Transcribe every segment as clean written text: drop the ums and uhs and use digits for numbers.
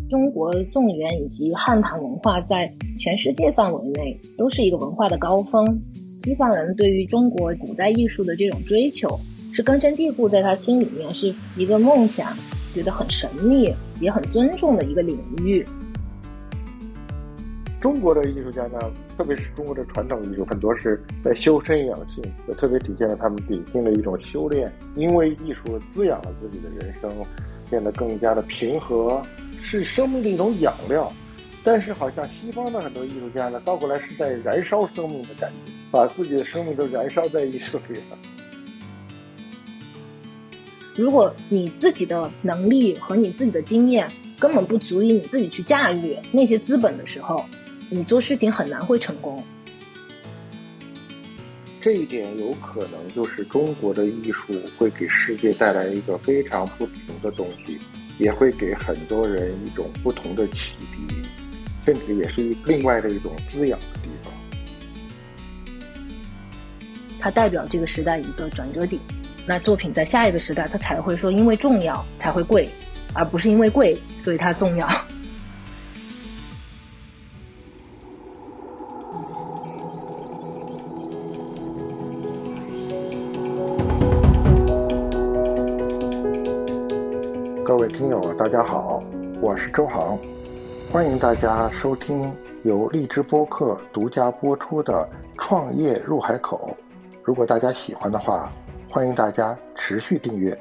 中国宋元以及汉唐文化在全世界范围内都是一个文化的高峰。西方人对于中国古代艺术的这种追求是根深蒂固在他心里面，是一个梦想，觉得很神秘也很尊重的一个领域。 中国的艺术家呢，特别是中国的传统艺术，很多是在修身养性，就特别体现了他们秉性的一种修炼，因为艺术滋养了自己的人生，变得更加的平和，是生命的一种养料。但是好像西方的很多艺术家呢，倒过来是在燃烧生命的感觉，把自己的生命都燃烧在艺术里了。 如果你自己的能力和你自己的经验根本不足以你自己去驾驭那些资本的时候，你做事情很难会成功。 这一点有可能就是中国的艺术会给世界带来一个非常不同的东西，也会给很多人一种不同的启迪，甚至也是另外的一种滋养的地方。 它代表这个时代一个转折点，那作品在下一个时代它才会说因为重要才会贵，而不是因为贵所以它重要。 各位听友大家好，我是周航，欢迎大家收听由荔枝播客独家播出的创业入海口。如果大家喜欢的话，欢迎大家持续订阅。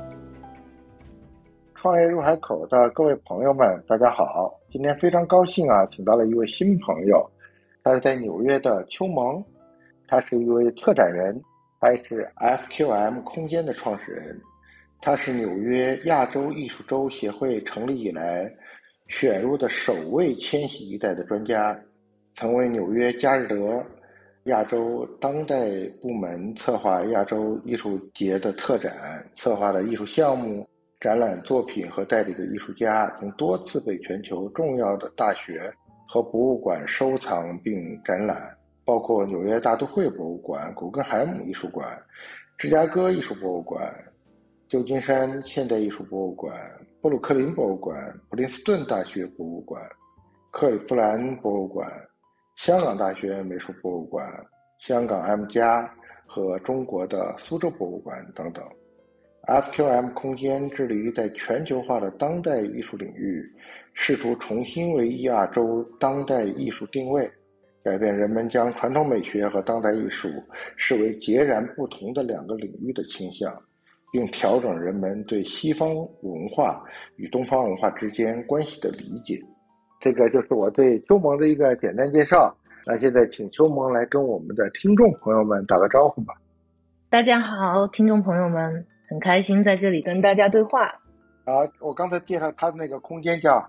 创业入海口的各位朋友们大家好，今天非常高兴请到了一位新朋友，他是在纽约的邱萌，他是一位策展人，他也是 FQM 空间的创始人，他是纽约亚洲艺术周协会成立以来选入的首位千禧一代的专家，曾为纽约加日德亚洲当代部门策划亚洲艺术节的特展，策划的艺术项目、展览作品和代理的艺术家，曾多次被全球重要的大学和博物馆收藏并展览，包括纽约大都会博物馆、古根海姆艺术馆、芝加哥艺术博物馆、旧金山现代艺术博物馆、布鲁克林博物馆、普林斯顿大学博物馆、克利夫兰博物馆、香港大学美术博物馆、香港 M+ 和中国的苏州博物馆等等。FQM 空间致力于在全球化的当代艺术领域，试图重新为亚洲当代艺术定位，改变人们将传统美学和当代艺术视为截然不同的两个领域的倾向，并调整人们对西方文化与东方文化之间关系的理解。这个就是我对邱萌的一个简单介绍。那现在请邱萌来跟我们的听众朋友们打个招呼吧。 大家好，听众朋友们，很开心在这里跟大家对话。 我刚才介绍他的那个空间叫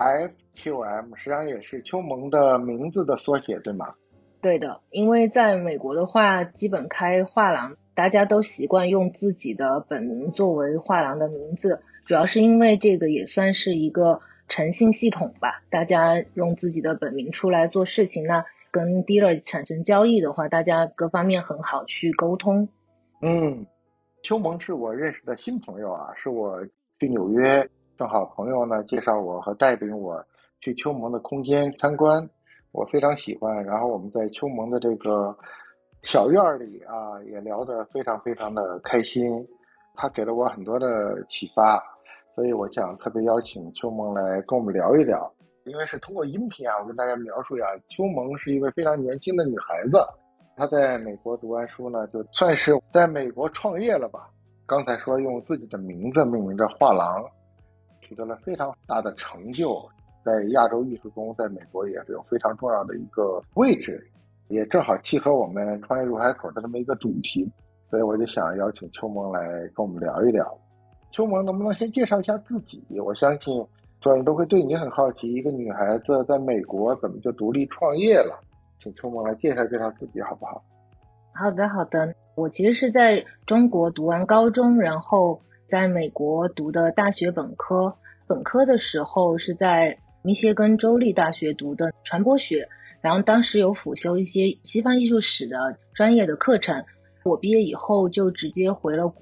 FQM， 实际上也是邱萌的名字的缩写，对吗？ 对的，因为在美国的话，基本开画廊，大家都习惯用自己的本名作为画廊的名字，主要是因为这个也算是一个诚信系统吧，大家用自己的本名出来做事情呢，跟 dealer 产生交易的话，大家各方面很好去沟通。 邱萌是我认识的新朋友是我去纽约，正好朋友呢介绍我和带领我去邱萌的空间参观，我非常喜欢。然后我们在邱萌的这个小院里也聊得非常非常的开心，他给了我很多的启发，所以我想特别邀请邱萌来跟我们聊一聊。因为是通过音频我跟大家描述邱萌是一位非常年轻的女孩子，她在美国读完书呢，就算是在美国创业了吧。刚才说用自己的名字命名着画廊，取得了非常大的成就，在亚洲艺术中，在美国也有非常重要的一个位置，也正好契合我们创业入海口的这么一个主题，所以我就想邀请邱萌来跟我们聊一聊。邱萌能不能先介绍一下自己？我相信所有人都会对你很好奇，一个女孩子在美国怎么就独立创业了？请邱萌来介绍介绍自己好不好？ 好的，我其实是在中国读完高中，然后在美国读的大学本科。本科的时候是在密歇根州立大学读的传播学，然后当时有辅修一些西方艺术史的专业的课程。我毕业以后就直接回了国，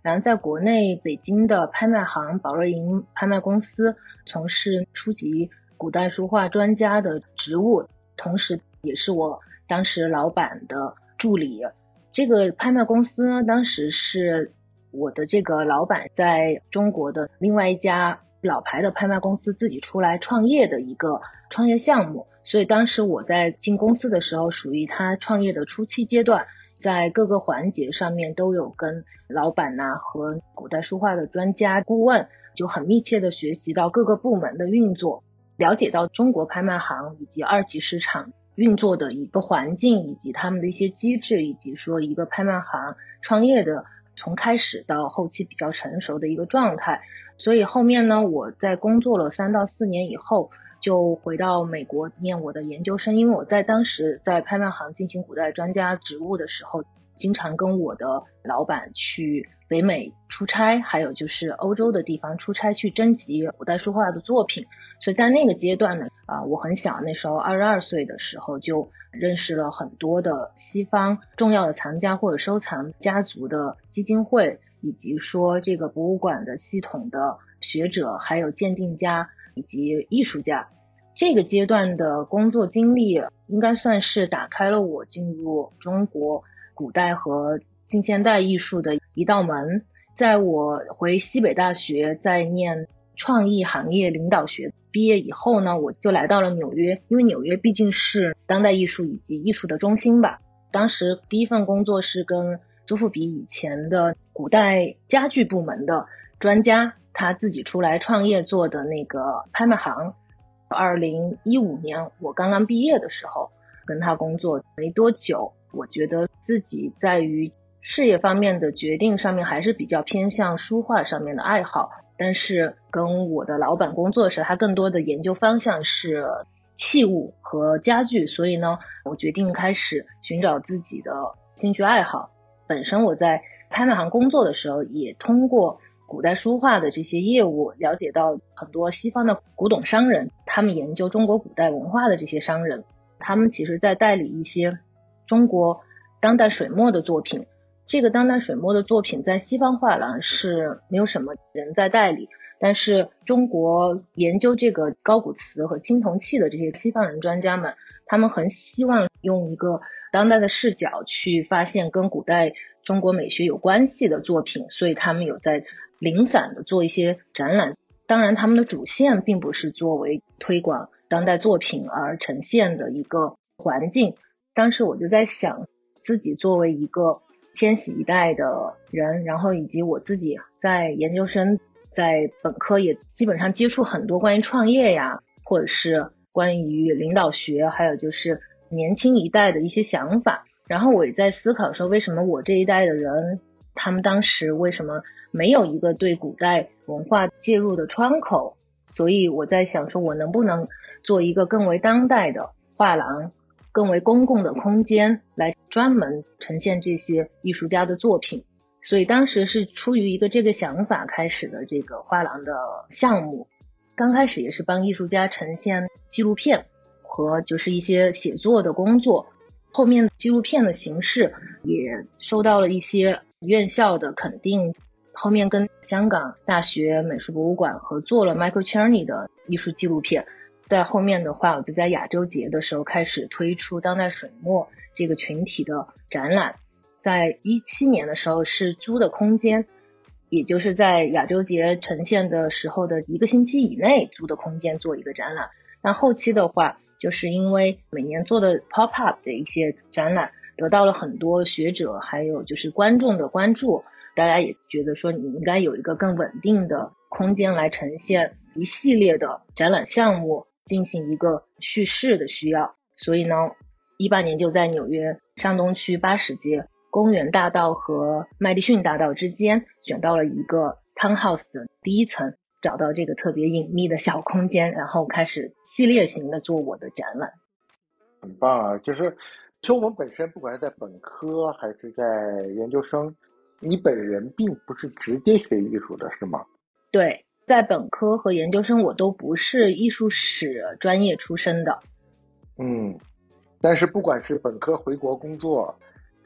然后在国内北京的拍卖行宝瑞银拍卖公司从事初级古代书画专家的职务，同时也是我当时老板的助理。这个拍卖公司呢，当时是我的这个老板在中国的另外一家老牌的拍卖公司自己出来创业的一个创业项目，所以当时我在进公司的时候属于他创业的初期阶段，在各个环节上面都有跟老板和古代书画的专家顾问就很密切的学习到各个部门的运作，了解到中国拍卖行以及二级市场运作的一个环境，以及他们的一些机制，以及说一个拍卖行创业的从开始到后期比较成熟的一个状态。所以后面呢，我在工作了3到4年以后，就回到美国念我的研究生。因为我在当时在拍卖行进行古代专家职务的时候，经常跟我的老板去北美出差，还有就是欧洲的地方出差，去征集古代书画的作品。所以在那个阶段呢，我很小，那时候22岁的时候就认识了很多的西方重要的藏家或者收藏家族的基金会，以及说这个博物馆的系统的学者，还有鉴定家以及艺术家。这个阶段的工作经历应该算是打开了我进入中国古代和近现代艺术的一道门。在我回西北大学在念创意行业领导学毕业以后呢，我就来到了纽约，因为纽约毕竟是当代艺术以及艺术的中心吧。当时第一份工作是跟祖父比以前的古代家具部门的专家，他自己出来创业做的那个拍卖行。2015年我刚刚毕业的时候跟他工作没多久，我觉得自己在于事业方面的决定上面还是比较偏向书画上面的爱好，但是跟我的老板工作时，他更多的研究方向是器物和家具，所以呢，我决定开始寻找自己的兴趣爱好。本身我在拍卖行工作的时候，也通过古代书画的这些业务了解到很多西方的古董商人，他们研究中国古代文化的这些商人，他们其实在代理一些中国当代水墨的作品。这个当代水墨的作品在西方画廊是没有什么人在代理，但是中国研究这个高古瓷和青铜器的这些西方人专家们，他们很希望用一个当代的视角去发现跟古代中国美学有关系的作品，所以他们有在零散的做一些展览。当然他们的主线并不是作为推广当代作品而呈现的一个环境。当时我就在想，自己作为一个千禧一代的人，然后以及我自己在研究生在本科也基本上接触很多关于创业呀，或者是关于领导学，还有就是年轻一代的一些想法。然后我也在思考说，为什么我这一代的人，他们当时为什么没有一个对古代文化介入的窗口。所以我在想说，我能不能做一个更为当代的画廊，更为公共的空间，来专门呈现这些艺术家的作品。所以当时是出于一个这个想法开始的这个画廊的项目。刚开始也是帮艺术家呈现纪录片和就是一些写作的工作，后面纪录片的形式也受到了一些院校的肯定，后面跟香港大学美术博物馆合作了 Michael Cherny 的艺术纪录片。在后面的话，我就在亚洲节的时候开始推出当代水墨这个群体的展览。在17年的时候是租的空间，也就是在亚洲节呈现的时候的1个星期以内租的空间做一个展览。那后期的话，就是因为每年做的 pop-up 的一些展览得到了很多学者还有就是观众的关注，大家也觉得说你应该有一个更稳定的空间来呈现一系列的展览项目，进行一个叙事的需要。所以呢18年就在纽约上东区80街公园大道和麦迪逊大道之间选到了一个 townhouse 的第1层，找到这个特别隐秘的小空间，然后开始系列型的做我的展览。 很棒啊！就是其实我们本身不管是在本科还是在研究生，你本人并不是直接学艺术的是吗？ 对，在本科和研究生我都不是艺术史专业出身的。 但是不管是本科回国工作，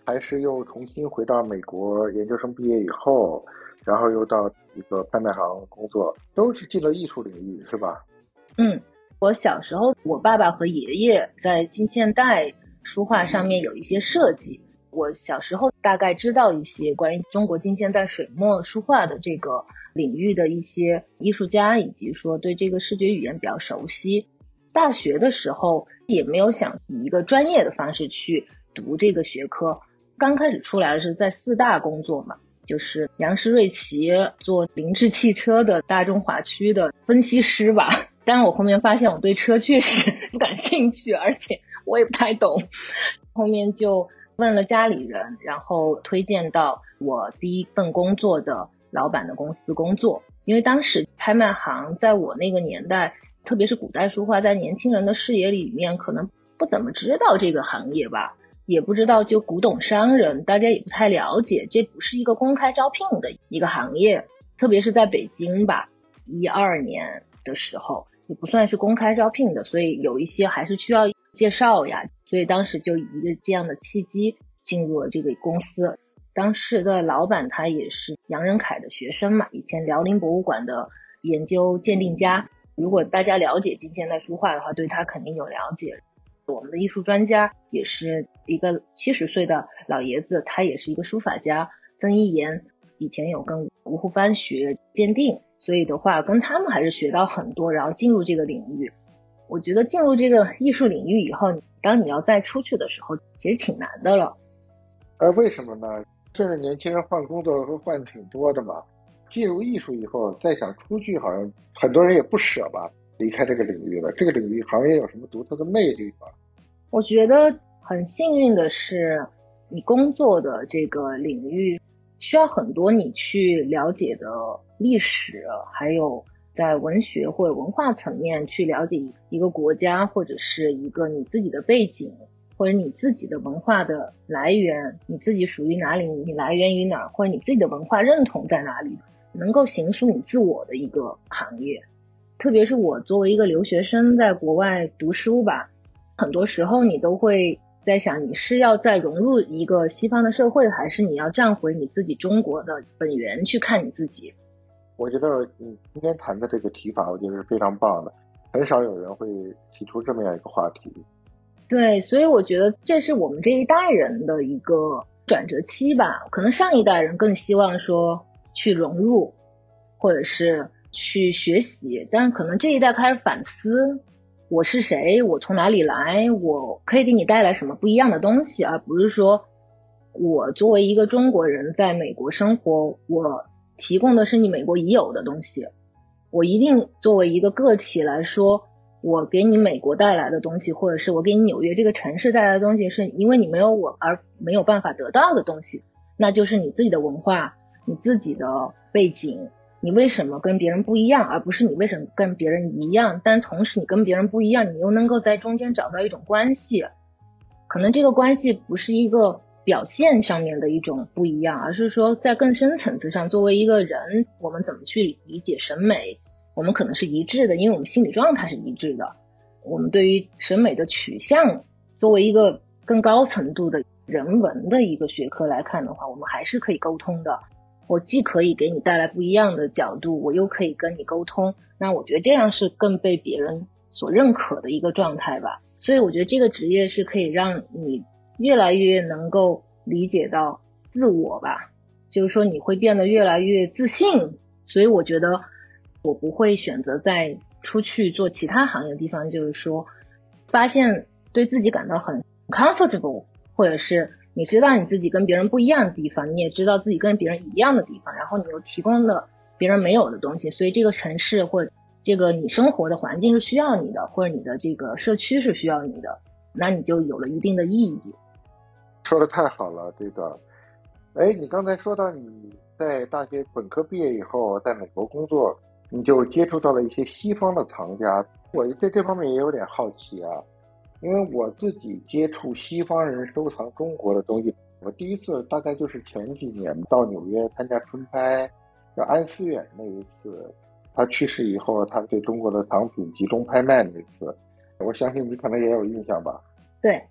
还是又重新回到美国研究生毕业以后，然后又到一个拍卖行工作，都是进了艺术领域，是吧？ 我小时候，我爸爸和爷爷在近现代书画上面有一些设计。我小时候大概知道一些关于中国近现代水墨书画的这个领域的一些艺术家，以及说对这个视觉语言比较熟悉。大学的时候也没有想以一个专业的方式去读这个学科，刚开始出来的是在四大工作嘛，就是杨石瑞奇做凌志汽车的大中华区的分析师吧。但是我后面发现我对车确实不感兴趣，而且我也不太懂。后面就问了家里人，然后推荐到我第一份工作的老板的公司工作。因为当时拍卖行在我那个年代，特别是古代书画，在年轻人的视野里面可能不怎么知道这个行业吧，也不知道就古董商人，大家也不太了解，这不是一个公开招聘的一个行业，特别是在北京吧，12年的时候也不算是公开招聘的，所以有一些还是需要介绍呀，所以当时就以一个这样的契机进入了这个公司。当时的老板他也是杨仁凯的学生嘛，以前辽宁博物馆的研究鉴定家，如果大家了解近现代书画的话，对他肯定有了解。我们的艺术专家也是一个70岁的老爷子，他也是一个书法家，曾一言，以前有跟吴湖帆学鉴定，所以的话跟他们还是学到很多，然后进入这个领域。我觉得进入这个艺术领域以后，当你要再出去的时候其实挺难的了。 为什么呢？现在年轻人换工作都换挺多的嘛，进入艺术以后再想出去，好像很多人也不舍吧，离开这个领域了。这个领域行业有什么独特的魅力吗？ 我觉得很幸运的是，你工作的这个领域需要很多你去了解的历史，还有在文学或者文化层面去了解一个国家，或者是一个你自己的背景，或者你自己的文化的来源，你自己属于哪里，你来源于哪儿，或者你自己的文化认同在哪里，能够形塑你自我的一个行业。特别是我作为一个留学生在国外读书吧，很多时候你都会在想，你是要再融入一个西方的社会，还是你要站回你自己中国的本源去看你自己。 我觉得你今天谈的这个提法，我觉得是非常棒的，很少有人会提出这么样一个话题。 对，所以我觉得这是我们这一代人的一个转折期吧。可能上一代人更希望说去融入，或者是去学习，但可能这一代开始反思，我是谁，我从哪里来，我可以给你带来什么不一样的东西，而不是说我作为一个中国人在美国生活，我提供的是你美国已有的东西，我一定作为一个个体来说，我给你美国带来的东西，或者是我给你纽约这个城市带来的东西，是因为你没有我而没有办法得到的东西，那就是你自己的文化，你自己的背景，你为什么跟别人不一样，而不是你为什么跟别人一样，但同时你跟别人不一样，你又能够在中间找到一种关系，可能这个关系不是一个表现上面的一种不一样，而是说在更深层次上，作为一个人，我们怎么去理解审美，我们可能是一致的，因为我们心理状态是一致的，我们对于审美的取向，作为一个更高程度的人文的一个学科来看的话，我们还是可以沟通的。我既可以给你带来不一样的角度，我又可以跟你沟通，那我觉得这样是更被别人所认可的一个状态吧。所以我觉得这个职业是可以让你越来越能够理解到自我吧，就是说你会变得越来越自信。所以我觉得我不会选择在出去做其他行业的地方，就是说发现对自己感到很 comfortable， 或者是你知道你自己跟别人不一样的地方，你也知道自己跟别人一样的地方，然后你又提供了别人没有的东西，所以这个城市或者这个你生活的环境是需要你的，或者你的这个社区是需要你的，那你就有了一定的意义。 说的太好了，这个。你刚才说到你在大学本科毕业以后，在美国工作，你就接触到了一些西方的藏家。我对这方面也有点好奇啊，因为我自己接触西方人收藏中国的东西，我第一次大概就是前几年到纽约参加春拍，叫安思远那一次，他去世以后，他对中国的藏品集中拍卖那一次，我相信你可能也有印象吧？ 对。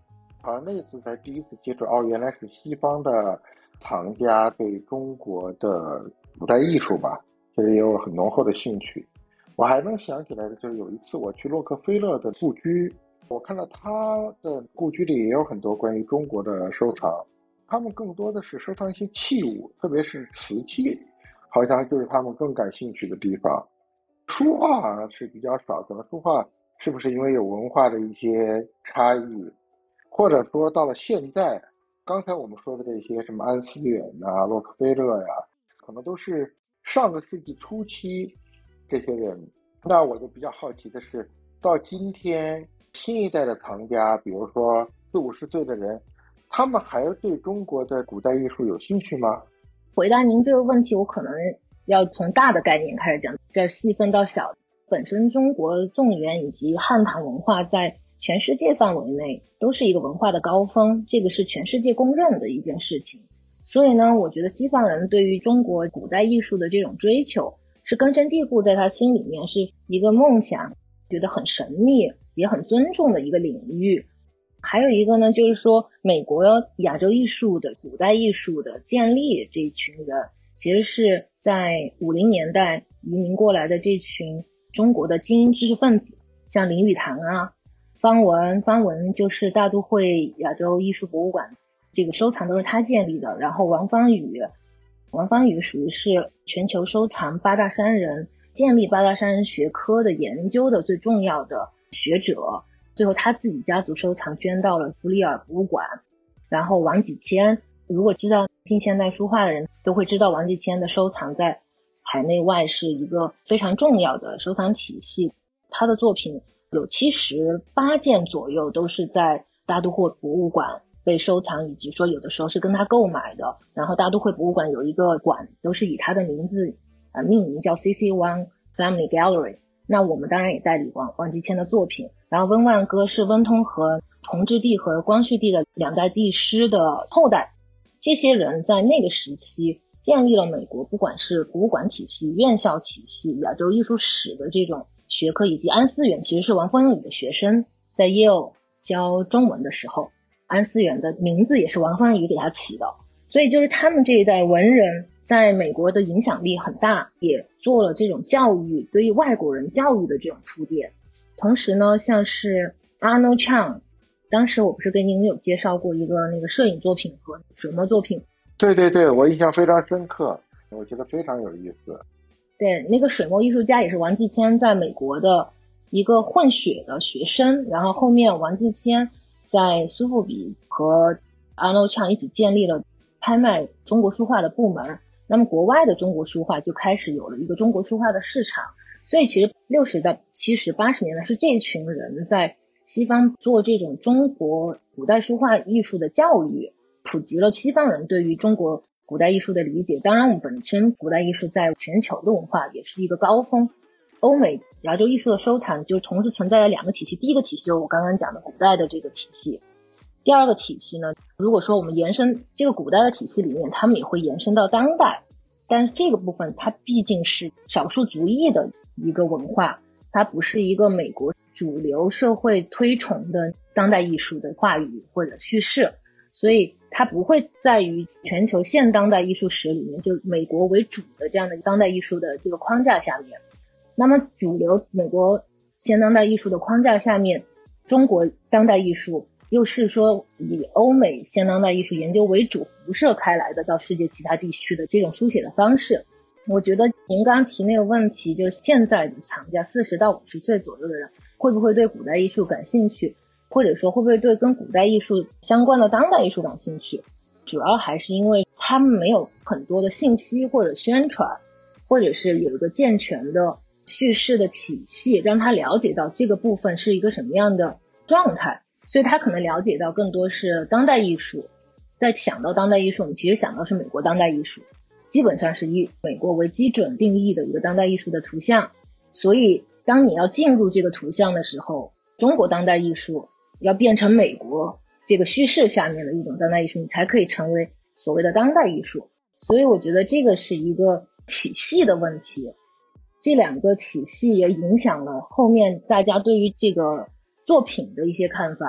好像那次才第一次接触，原来是西方的藏家对中国的古代艺术吧，其实也有很浓厚的兴趣。我还能想起来的就是有一次我去洛克菲勒的故居，我看到他的故居里也有很多关于中国的收藏，他们更多的是收藏一些器物，特别是瓷器，好像就是他们更感兴趣的地方。书画好像是比较少，可能书画是不是因为有文化的一些差异，或者说到了现在，刚才我们说的这些什么安思远呐、洛克菲勒呀，可能都是上个世纪初期这些人。那我就比较好奇的是，到今天新一代的藏家，比如说40-50岁的人，他们还对中国的古代艺术有兴趣吗？ 回答您这个问题，我可能要从大的概念开始讲，再细分到小。本身中国宋元以及汉唐文化在全世界范围内都是一个文化的高峰，这个是全世界公认的一件事情。所以呢，我觉得西方人对于中国古代艺术的这种追求是根深蒂固在他心里面，是一个梦想，觉得很神秘也很尊重的一个领域。还有一个呢，就是说美国亚洲艺术的古代艺术的建立这一群人，其实是在50年代移民过来的这群中国的精英知识分子，像林语堂啊、方文就是大都会亚洲艺术博物馆这个收藏都是他建立的。然后王方宇属于是全球收藏八大山人，建立八大山人学科的研究的最重要的学者，最后他自己家族收藏捐到了弗里尔博物馆。然后王继谦，如果知道近现代书画的人都会知道，王继谦的收藏在海内外是一个非常重要的收藏体系，他的作品有78件左右都是在大都会博物馆被收藏，以及说有的时候是跟他购买的。然后大都会博物馆有一个馆都是以他的名字命名，叫 CC Wang Family Gallery。 那我们当然也代理王继谦的作品。然后温万歌是温通和同治帝和光绪帝的2代帝师的后代，这些人在那个时期建立了美国不管是博物馆体系、院校体系、亚洲艺术史的这种学科，以及安思远其实是王风雨的学生，在耶鲁教中文的时候，安思远的名字也是王风雨给他起的。所以就是他们这一代文人在美国的影响力很大，也做了这种教育，对于外国人教育的这种铺垫。同时呢，像是 Arnold Chang， 当时我不是跟您有介绍过一个那个摄影作品和水墨作品？ 对对对，我印象非常深刻，我觉得非常有意思。 对，那个水墨艺术家也是王继谦在美国的一个混血的学生，然后后面王继谦在苏富比和 Arnold Chang 一起建立了拍卖中国书画的部门，那么国外的中国书画就开始有了一个中国书画的市场。所以其实60到70、80年代是这群人在西方做这种中国古代书画艺术的教育，普及了西方人对于中国古代艺术的理解。当然我们本身古代艺术在全球的文化也是一个高峰，欧美亚洲艺术的收藏就同时存在了2个体系。第一个体系就是我刚刚讲的古代的这个体系，第二个体系呢，如果说我们延伸这个古代的体系里面，他们也会延伸到当代，但是这个部分它毕竟是少数族裔的一个文化，它不是一个美国主流社会推崇的当代艺术的话语或者叙事，所以它不会在于全球现当代艺术史里面就美国为主的这样的当代艺术的这个框架下面。那么主流美国现当代艺术的框架下面，中国当代艺术又是说以欧美现当代艺术研究为主辐射开来的到世界其他地区的这种书写的方式。我觉得您刚刚提那个问题，就是现在的藏家40到50岁左右的人会不会对古代艺术感兴趣，或者说会不会对跟古代艺术相关的当代艺术感兴趣，主要还是因为他们没有很多的信息或者宣传，或者是有一个健全的叙事的体系让他了解到这个部分是一个什么样的状态，所以他可能了解到更多是当代艺术。在想到当代艺术，我们其实想到是美国当代艺术，基本上是以美国为基准定义的一个当代艺术的图像。所以当你要进入这个图像的时候，中国当代艺术要变成美国这个叙事下面的一种当代艺术，你才可以成为所谓的当代艺术。所以我觉得这个是一个体系的问题，这2个体系也影响了后面大家对于这个作品的一些看法。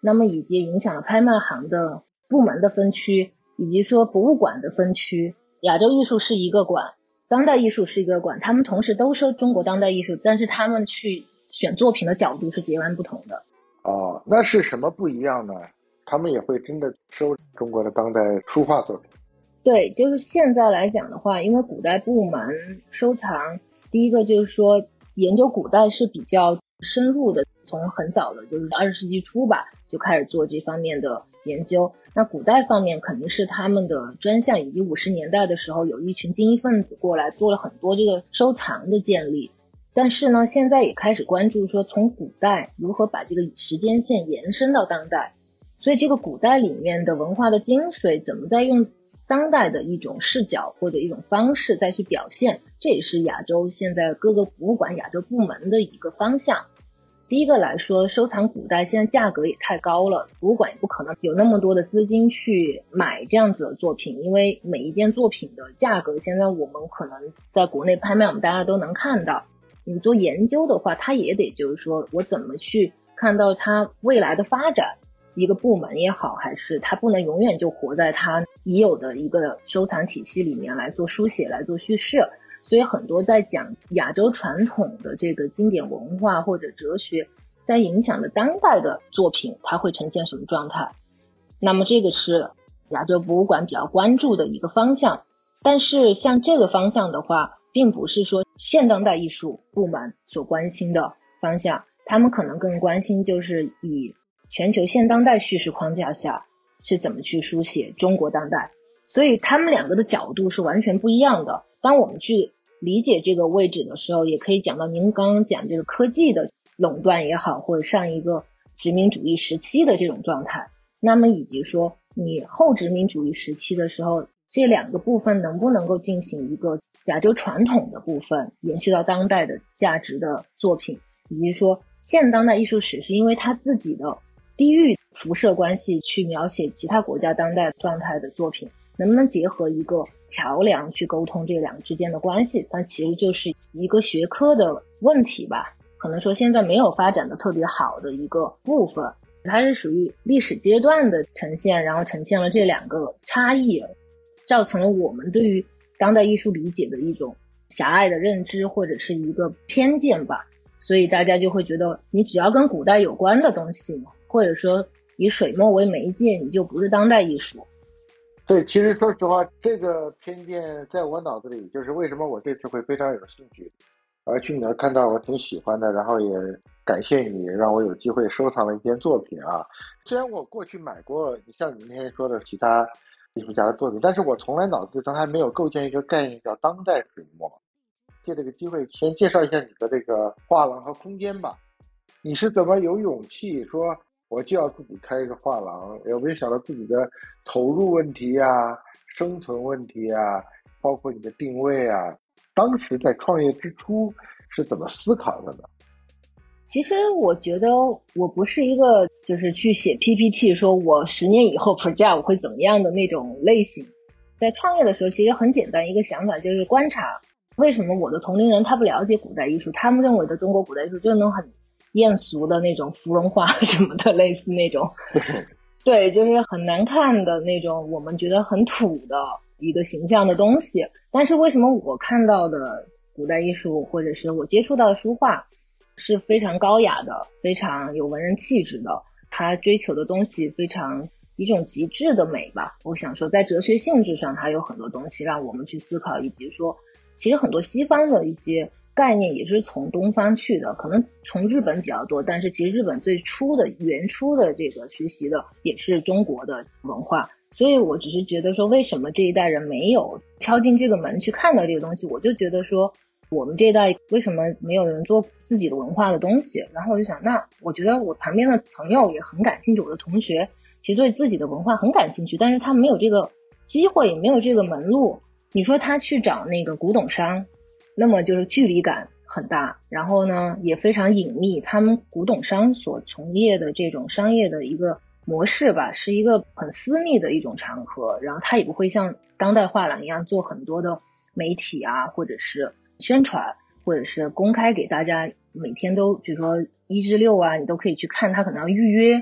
那么以及影响了拍卖行的部门的分区，以及说博物馆的分区。亚洲艺术是一个馆，当代艺术是一个馆，他们同时都说中国当代艺术，但是他们去选作品的角度是截然不同的。 哦，那是什么不一样呢？他们也会真的收中国的当代书画作品？ 对，就是现在来讲的话，因为古代部门收藏，第一个就是说研究古代是比较深入的，从很早的就是20世纪初吧就开始做这方面的研究。那古代方面肯定是他们的专项，以及50年代的时候有一群精英分子过来做了很多这个收藏的建立。但是呢，现在也开始关注说从古代如何把这个时间线延伸到当代，所以这个古代里面的文化的精髓怎么再用当代的一种视角或者一种方式再去表现，这也是亚洲现在各个博物馆亚洲部门的一个方向。第一个来说，收藏古代现在价格也太高了，博物馆也不可能有那么多的资金去买这样子的作品，因为每一件作品的价格现在我们可能在国内拍卖我们大家都能看到。你做研究的话，它也得就是说我怎么去看到它未来的发展，一个部门也好，还是它不能永远就活在它已有的一个收藏体系里面来做书写来做叙事。所以很多在讲亚洲传统的这个经典文化或者哲学在影响的当代的作品，它会呈现什么状态，那么这个是亚洲博物馆比较关注的一个方向。但是像这个方向的话，并不是说现当代艺术部门所关心的方向，他们可能更关心就是以全球现当代叙事框架下是怎么去书写中国当代，所以他们两个的角度是完全不一样的。当我们去理解这个位置的时候，也可以讲到您刚刚讲这个科技的垄断也好，或者上一个殖民主义时期的这种状态，那么以及说你后殖民主义时期的时候，这两个部分能不能够进行一个亚洲传统的部分延续到当代的价值的作品，以及说现当代艺术史是因为它自己的地域辐射关系去描写其他国家当代状态的作品，能不能结合一个桥梁去沟通这两个之间的关系，它其实就是一个学科的问题吧，可能说现在没有发展的特别好的一个部分，它是属于历史阶段的呈现，然后呈现了这两个差异，造成了我们对于当代艺术理解的一种狭隘的认知或者是一个偏见吧。所以大家就会觉得你只要跟古代有关的东西，或者说以水墨为媒介，你就不是当代艺术。 对，其实说实话，这个偏见在我脑子里，就是为什么我这次会非常有兴趣，去你那看到我挺喜欢的，然后也感谢你让我有机会收藏了一件作品啊。虽然我过去买过像你那天说的其他艺术家的作品，但是我从来脑子中还没有构建一个概念叫当代水墨。借这个机会先介绍一下你的这个画廊和空间吧。你是怎么有勇气说我就要自己开一个画廊？有没有想到自己的投入问题啊、生存问题啊，包括你的定位啊？当时在创业之初是怎么思考的呢？ 其实我觉得我不是一个就是去写 PPT 说我10年以后 project 我会怎么样的那种类型。在创业的时候其实很简单一个想法，就是观察为什么我的同龄人他不了解古代艺术，他们认为的中国古代艺术就是那种很艳俗的那种芙蓉画什么的，类似那种对，就是很难看的那种我们觉得很土的一个形象的东西。但是为什么我看到的古代艺术或者是我接触到的书画是非常高雅的，非常有文人气质的，他追求的东西非常一种极致的美吧。我想说在哲学性质上它有很多东西让我们去思考，以及说其实很多西方的一些概念也是从东方去的，可能从日本比较多，但是其实日本最初的原初的这个学习的也是中国的文化。所以我只是觉得说为什么这一代人没有敲进这个门去看到这个东西，我就觉得说我们这一代为什么没有人做自己的文化的东西。然后我就想，那我觉得我旁边的朋友也很感兴趣，我的同学其实对自己的文化很感兴趣，但是他没有这个机会，也没有这个门路。你说他去找那个古董商，那么就是距离感很大，然后呢也非常隐秘，他们古董商所从业的这种商业的一个模式吧，是一个很私密的一种场合，然后他也不会像当代画廊一样做很多的媒体啊，或者是宣传，或者是公开给大家每天都比如说1至6啊，你都可以去看，他可能要预约，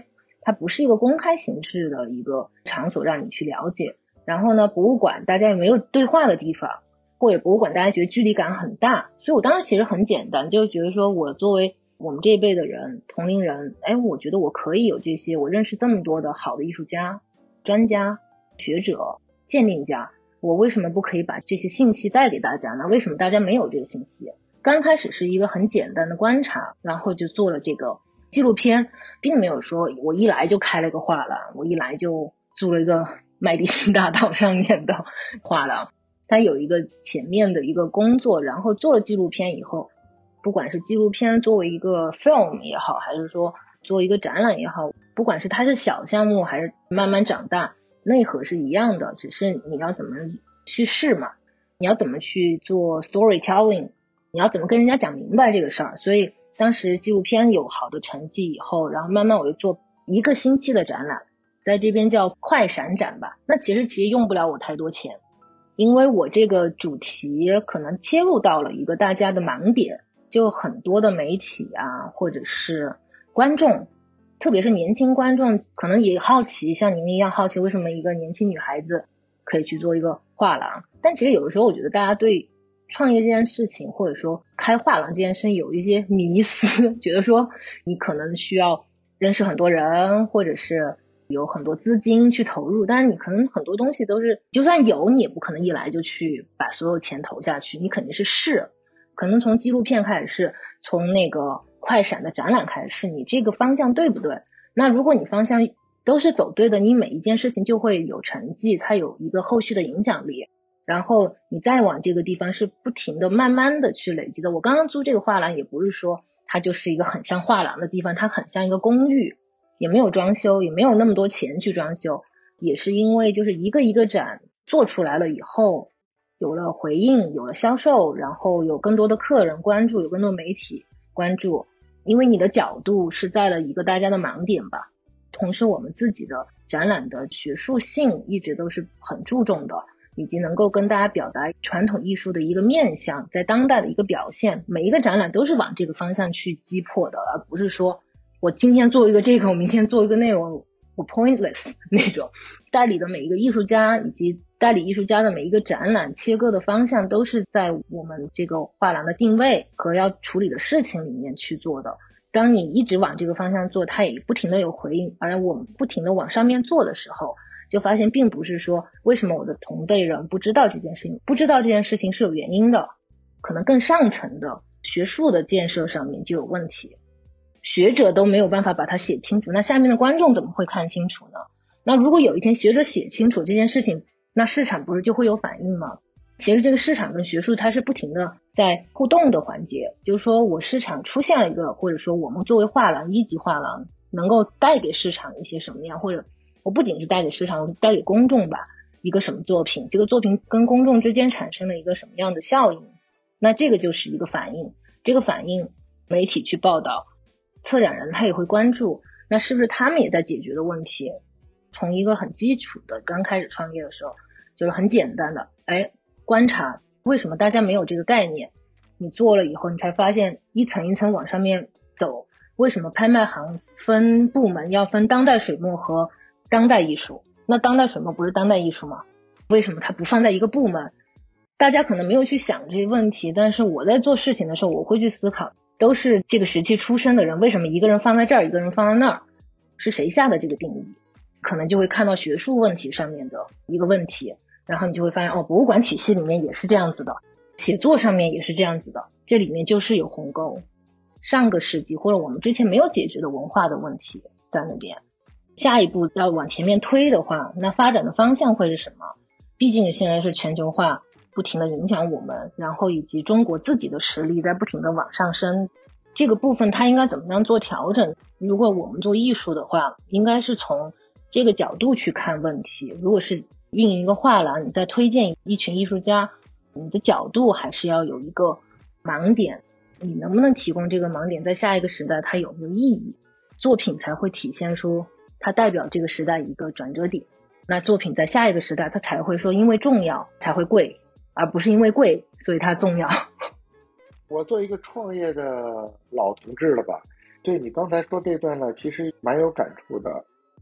它不是一个公开形式的一个场所让你去了解。然后呢，博物馆大家也没有对话的地方，或者博物馆大家觉得距离感很大，所以我当时其实很简单，就觉得说我作为我们这一辈的人，同龄人，我觉得我可以有这些，我认识这么多的好的艺术家、专家、学者、鉴定家，我为什么不可以把这些信息带给大家呢？为什么大家没有这个信息？刚开始是一个很简单的观察，然后就做了这个纪录片，并没有说我一来就开了个画廊，我一来就租了一个麦迪逊大道上面的画廊。它有一个前面的一个工作，然后做了纪录片以后，不管是纪录片作为一个 film 也好，还是说做一个展览也好，不管是它是小项目还是慢慢长大，内核是一样的，只是你要怎么去试嘛，你要怎么去做 storytelling， 你要怎么跟人家讲明白这个事儿。所以当时纪录片有好的成绩以后，然后慢慢我就做1个星期的展览，在这边叫快闪展吧。那其实用不了我太多钱，因为我这个主题可能切入到了一个大家的盲点，就很多的媒体啊，或者是观众，特别是年轻观众，可能也好奇，像您一样好奇为什么一个年轻女孩子可以去做一个画廊。但其实有的时候我觉得大家对创业这件事情，或者说开画廊这件事情有一些迷思，觉得说你可能需要认识很多人，或者是有很多资金去投入，但是你可能很多东西都是，就算有你也不可能一来就去把所有钱投下去，你肯定是试，可能从纪录片开始试，从那个快闪的展览开始试，你这个方向对不对？那如果你方向都是走对的，你每一件事情就会有成绩，它有一个后续的影响力，然后你再往这个地方是不停的慢慢的去累积的。我刚刚租这个画廊也不是说它就是一个很像画廊的地方，它很像一个公寓，也没有装修，也没有那么多钱去装修，也是因为就是一个一个展做出来了以后，有了回应，有了销售，然后有更多的客人关注，有更多媒体关注，因为你的角度是在了一个大家的盲点吧。同时我们自己的展览的学术性一直都是很注重的，以及能够跟大家表达传统艺术的一个面向，在当代的一个表现，每一个展览都是往这个方向去击破的，而不是说我今天做一个这个，我明天做一个那个，我 pointless 那种。代理的每一个艺术家以及代理艺术家的每一个展览切割的方向都是在我们这个画廊的定位和要处理的事情里面去做的。当你一直往这个方向做，它也不停的有回应，而我们不停的往上面做的时候，就发现并不是说为什么我的同辈人不知道这件事情，不知道这件事情是有原因的，可能更上层的学术的建设上面就有问题，学者都没有办法把它写清楚，那下面的观众怎么会看清楚呢？那如果有一天学者写清楚这件事情，那市场不是就会有反应吗？其实这个市场跟学术它是不停的在互动的环节，就是说我市场出现了一个，或者说我们作为画廊，一级画廊能够带给市场一些什么样，或者我不仅是带给市场，我带给公众吧，一个什么作品，这个作品跟公众之间产生了一个什么样的效应，那这个就是一个反应，这个反应媒体去报道，策展人他也会关注，那是不是他们也在解决的问题？从一个很基础的刚开始创业的时候，就是很简单的观察为什么大家没有这个概念，你做了以后你才发现一层一层往上面走，为什么拍卖行分部门要分当代水墨和当代艺术，那当代水墨不是当代艺术吗？为什么它不放在一个部门？大家可能没有去想这些问题，但是我在做事情的时候我会去思考，都是这个时期出生的人，为什么一个人放在这儿，一个人放在那儿，是谁下的这个定义？可能就会看到学术问题上面的一个问题，然后你就会发现博物馆体系里面也是这样子的，写作上面也是这样子的，这里面就是有鸿沟，上个世纪或者我们之前没有解决的文化的问题在那边。下一步要往前面推的话，那发展的方向会是什么？毕竟现在是全球化不停的影响我们，然后以及中国自己的实力在不停的往上升，这个部分它应该怎么样做调整？如果我们做艺术的话，应该是从这个角度去看问题。如果是运营一个画廊，你在推荐一群艺术家，你的角度还是要有一个盲点，你能不能提供这个盲点在下一个时代它有没有意义，作品才会体现出它代表这个时代一个转折点，那作品在下一个时代它才会说因为重要才会贵，而不是因为贵所以它重要。 我做一个创业的老同志了吧，对你刚才说这段呢其实蛮有感触的。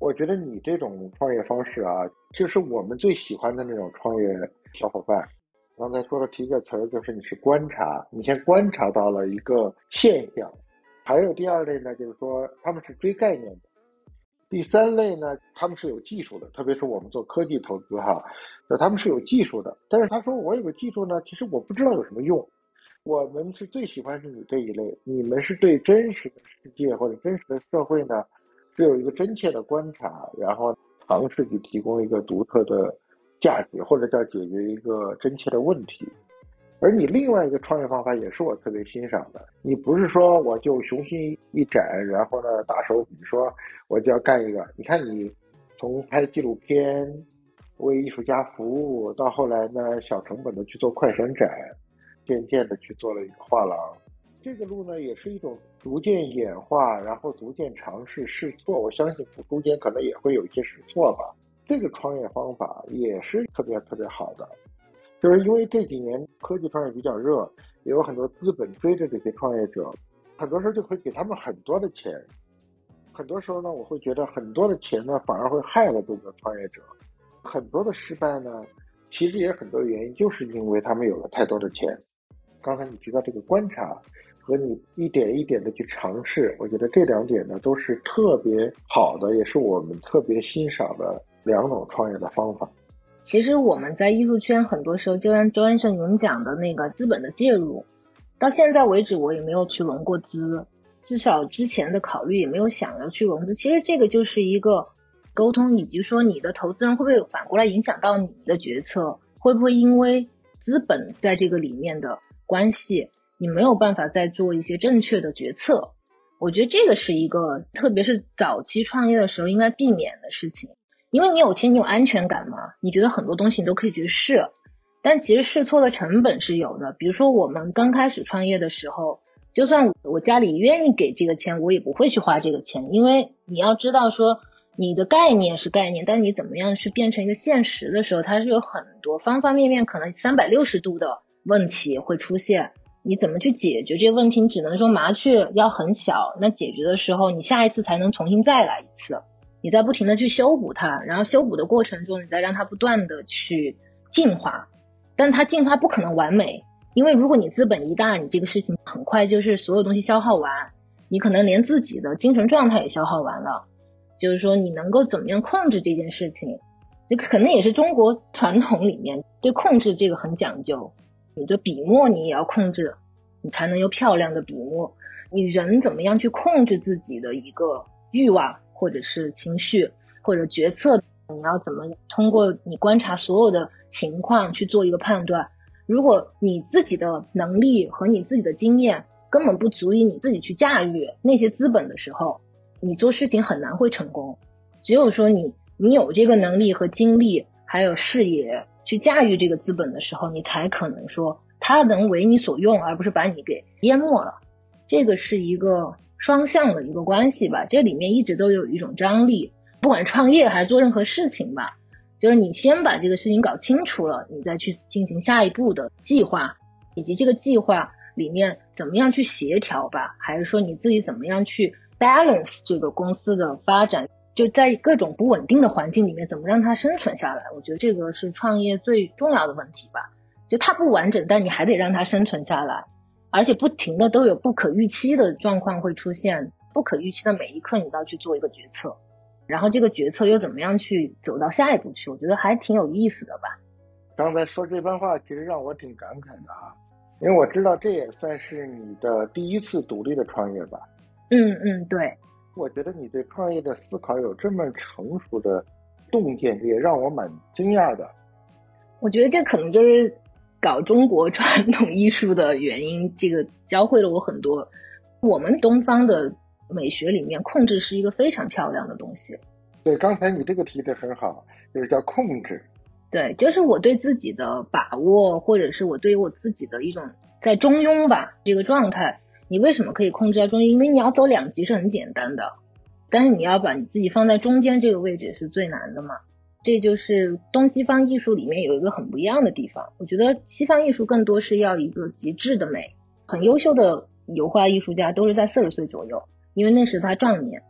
我觉得你这种创业方式啊，就是我们最喜欢的那种创业小伙伴。刚才说了提一个词儿，就是你是观察，你先观察到了一个现象。还有第二类呢，就是说他们是追概念的。第三类呢，他们是有技术的，特别是我们做科技投资哈，他们是有技术的。但是他说我有个技术呢，其实我不知道有什么用。我们是最喜欢是你这一类，你们是对真实的世界或者真实的社会呢，是有一个真切的观察，然后尝试去提供一个独特的价值，或者叫解决一个真切的问题。而你另外一个创业方法也是我特别欣赏的，你不是说我就雄心一展，然后呢大手笔说我就要干一个。你看你从拍纪录片为艺术家服务，到后来呢小成本的去做快闪展，渐渐的去做了一个画廊。这个路呢也是一种逐渐演化，然后逐渐尝试试错，我相信中间可能也会有一些试错吧。这个创业方法也是特别特别好的。就是因为这几年科技创业比较热，也有很多资本追着这些创业者，很多时候就会给他们很多的钱。很多时候呢，我会觉得很多的钱呢，反而会害了这个创业者。很多的失败呢，其实也很多原因，就是因为他们有了太多的钱。刚才你提到这个观察和你一点一点的去尝试，我觉得这两点呢都是特别好的，也是我们特别欣赏的两种创业的方法。 其实我们在艺术圈很多时候，就像周先生您讲的那个资本的介入，到现在为止我也没有去融过资，至少之前的考虑也没有想要去融资。其实这个就是一个沟通，以及说你的投资人会不会反过来影响到你的决策，会不会因为资本在这个里面的关系，你没有办法再做一些正确的决策。我觉得这个是一个特别是早期创业的时候应该避免的事情。因为你有钱，你有安全感嘛，你觉得很多东西你都可以去试，但其实试错的成本是有的。比如说我们刚开始创业的时候，就算我家里愿意给这个钱，我也不会去花这个钱，因为你要知道说你的概念是概念，但你怎么样去变成一个现实的时候，它是有很多方方面面可能360度的问题会出现。你怎么去解决这个问题，你只能说麻雀要很小，那解决的时候你下一次才能重新再来一次，你在不停的去修补它，然后修补的过程中你再让它不断的去进化，但它进化不可能完美，因为如果你资本一大，你这个事情很快就是所有东西消耗完，你可能连自己的精神状态也消耗完了。就是说你能够怎么样控制这件事情，这可能也是中国传统里面对控制这个很讲究，你的笔墨你也要控制，你才能有漂亮的笔墨。你人怎么样去控制自己的一个欲望或者是情绪或者决策，你要怎么通过你观察所有的情况去做一个判断。如果你自己的能力和你自己的经验根本不足以你自己去驾驭那些资本的时候，你做事情很难会成功。只有说你有这个能力和精力还有视野去驾驭这个资本的时候，你才可能说它能为你所用，而不是把你给淹没了。这个是一个双向的一个关系吧，这里面一直都有一种张力，不管创业还是做任何事情吧，就是你先把这个事情搞清楚了，你再去进行下一步的计划，以及这个计划里面怎么样去协调吧，还是说你自己怎么样去 balance 这个公司的发展，就在各种不稳定的环境里面怎么让它生存下来。我觉得这个是创业最重要的问题吧，就它不完整，但你还得让它生存下来，而且不停的都有不可预期的状况会出现，不可预期的每一刻你都要去做一个决策，然后这个决策又怎么样去走到下一步去，我觉得还挺有意思的吧。 刚才说这番话其实让我挺感慨的啊，因为我知道这也算是你的第一次独立的创业吧。 对。 我觉得你对创业的思考有这么成熟的洞见，也让我蛮惊讶的。 我觉得这可能就是搞中国传统艺术的原因，这个教会了我很多。我们东方的美学里面，控制是一个非常漂亮的东西。 对，刚才你这个提的很好，就是叫控制。 对，就是我对自己的把握，或者是我对我自己的一种在中庸吧这个状态。你为什么可以控制在中庸？因为你要走两极是很简单的，但是你要把你自己放在中间这个位置是最难的嘛。这就是东西方艺术里面有一个很不一样的地方。我觉得西方艺术更多是要一个极致的美，很优秀的油画艺术家都是在40岁左右，因为那时他壮年。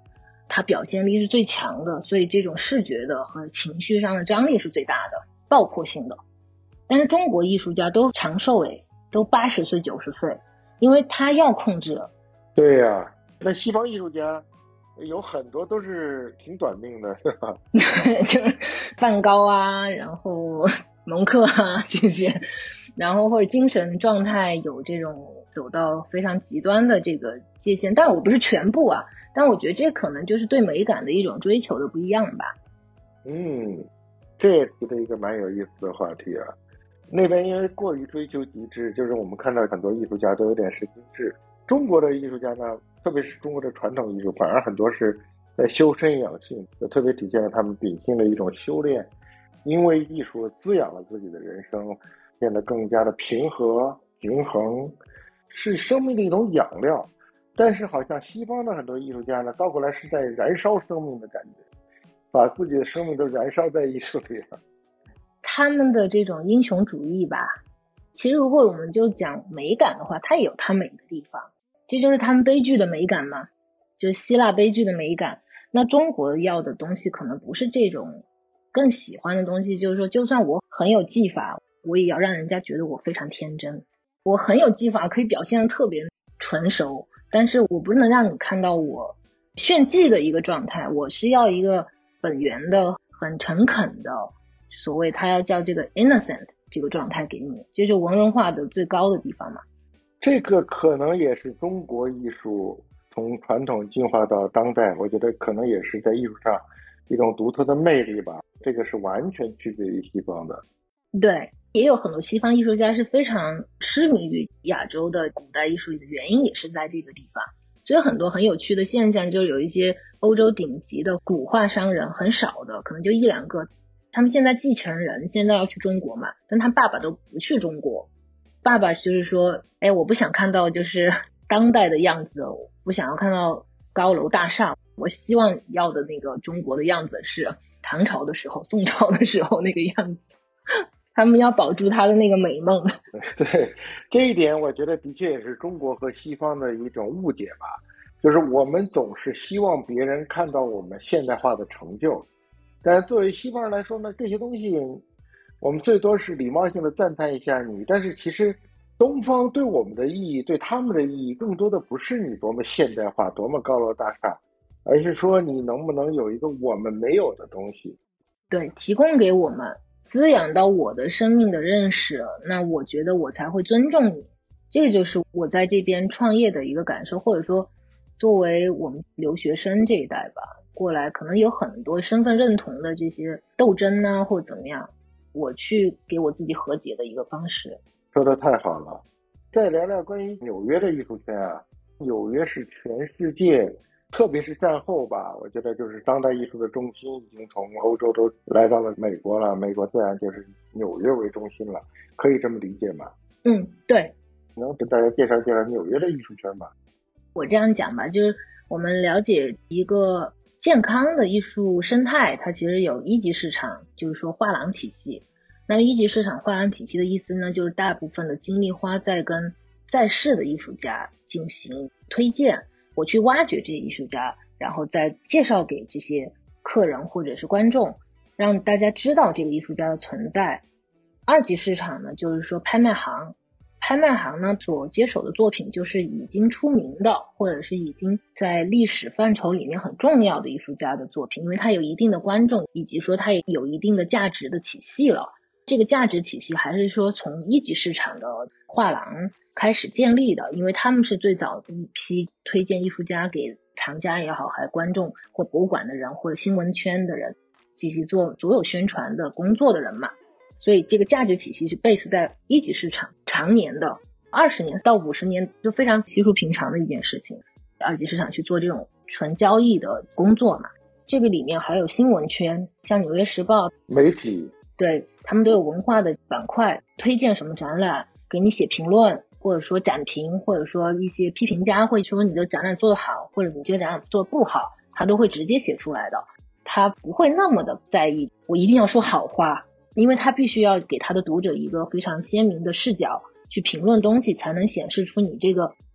它表现力是最强的，所以这种视觉的和情绪上的张力是最大的，爆破性的。但是中国艺术家都长寿都80岁90岁，因为他要控制。 对呀，那西方艺术家有很多都是挺短命的，对吧？ 就是梵高啊，然后蒙克啊这些，然后或者精神状态有这种走到非常极端的这个界限，但我不是全部啊，但我觉得这可能就是对美感的一种追求的不一样吧。 这也提了一个蛮有意思的话题啊。那边因为过于追求极致，就是我们看到很多艺术家都有点神经质。中国的艺术家呢，特别是中国的传统艺术，反而很多是在修身养性，特别体现了他们秉性的一种修炼。因为艺术滋养了自己的人生，变得更加的平和平衡，是生命的一种养料。但是好像西方的很多艺术家呢，倒过来是在燃烧生命的感觉，把自己的生命都燃烧在艺术里了。 他们的这种英雄主义吧，其实如果我们就讲美感的话，它也有它美的地方，这就是他们悲剧的美感嘛，就是希腊悲剧的美感。那中国要的东西可能不是这种，更喜欢的东西就是说，就算我很有技法，我也要让人家觉得我非常天真。我很有技法，可以表现得特别纯熟，但是我不能让你看到我炫技的一个状态，我是要一个本源的很诚恳的，所谓他要叫这个 innocent 这个状态给你，这就是文人画的最高的地方嘛。 这个可能也是中国艺术从传统进化到当代，我觉得可能也是在艺术上一种独特的魅力吧。这个是完全区别于西方的。 对，也有很多西方艺术家是非常痴迷于亚洲的古代艺术的原因也是在这个地方。所以很多很有趣的现象，就是有一些欧洲顶级的古画商人，很少的，可能就1、2个，他们现在继承人现在要去中国嘛，但他爸爸都不去中国。爸爸就是说，我不想看到就是当代的样子，我不想要看到高楼大厦，我希望要的那个中国的样子是唐朝的时候、宋朝的时候那个样子。他们要保住他的那个美梦。 对，这一点我觉得的确也是中国和西方的一种误解吧，就是我们总是希望别人看到我们现代化的成就，但作为西方人来说呢，这些东西我们最多是礼貌性的赞叹一下你，但是其实东方对我们的意义，对他们的意义，更多的不是你多么现代化、多么高楼大厦，而是说你能不能有一个我们没有的东西。 对，提供给我们，滋养到我的生命的认识，那我觉得我才会尊重你。这个就是我在这边创业的一个感受，或者说作为我们留学生这一代吧，过来可能有很多身份认同的这些斗争啊，或者怎么样，我去给我自己和解的一个方式。 说得太好了。再聊聊关于纽约的艺术圈啊，纽约是全世界，特别是战后吧，我觉得就是当代艺术的中心，已经从欧洲都来到了美国了，美国自然就是纽约为中心了，可以这么理解吗？ 对。 能给大家介绍介绍纽约的艺术圈吗？ 我这样讲吧，就是我们了解一个健康的艺术生态，它其实有一级市场，就是说画廊体系。那一级市场画廊体系的意思呢，就是大部分的精力花在跟在世的艺术家进行推荐，我去挖掘这些艺术家，然后再介绍给这些客人或者是观众，让大家知道这个艺术家的存在。二级市场呢，就是说拍卖行呢所接手的作品就是已经出名的，或者是已经在历史范畴里面很重要的艺术家的作品，因为它有一定的观众，以及说它也有一定的价值的体系了。这个价值体系还是说从一级市场的画廊开始建立的，因为他们是最早的一批推荐艺术家给藏家也好，还有观众或博物馆的人或者新闻圈的人及其做所有宣传的工作的人嘛。所以这个价值体系是 base 在一级市场，常年的20年到50年就非常稀疏平常的一件事情。二级市场去做这种纯交易的工作嘛，这个里面还有新闻圈，像纽约时报媒体， 对，他们都有文化的板块，推荐什么展览，给你写评论，或者说展评，或者说一些批评家会说你的展览做得好，或者你这个展览做得不好，他都会直接写出来的。他不会那么的在意我一定要说好话，因为他必须要给他的读者一个非常鲜明的视角去评论东西，才能显示出你这个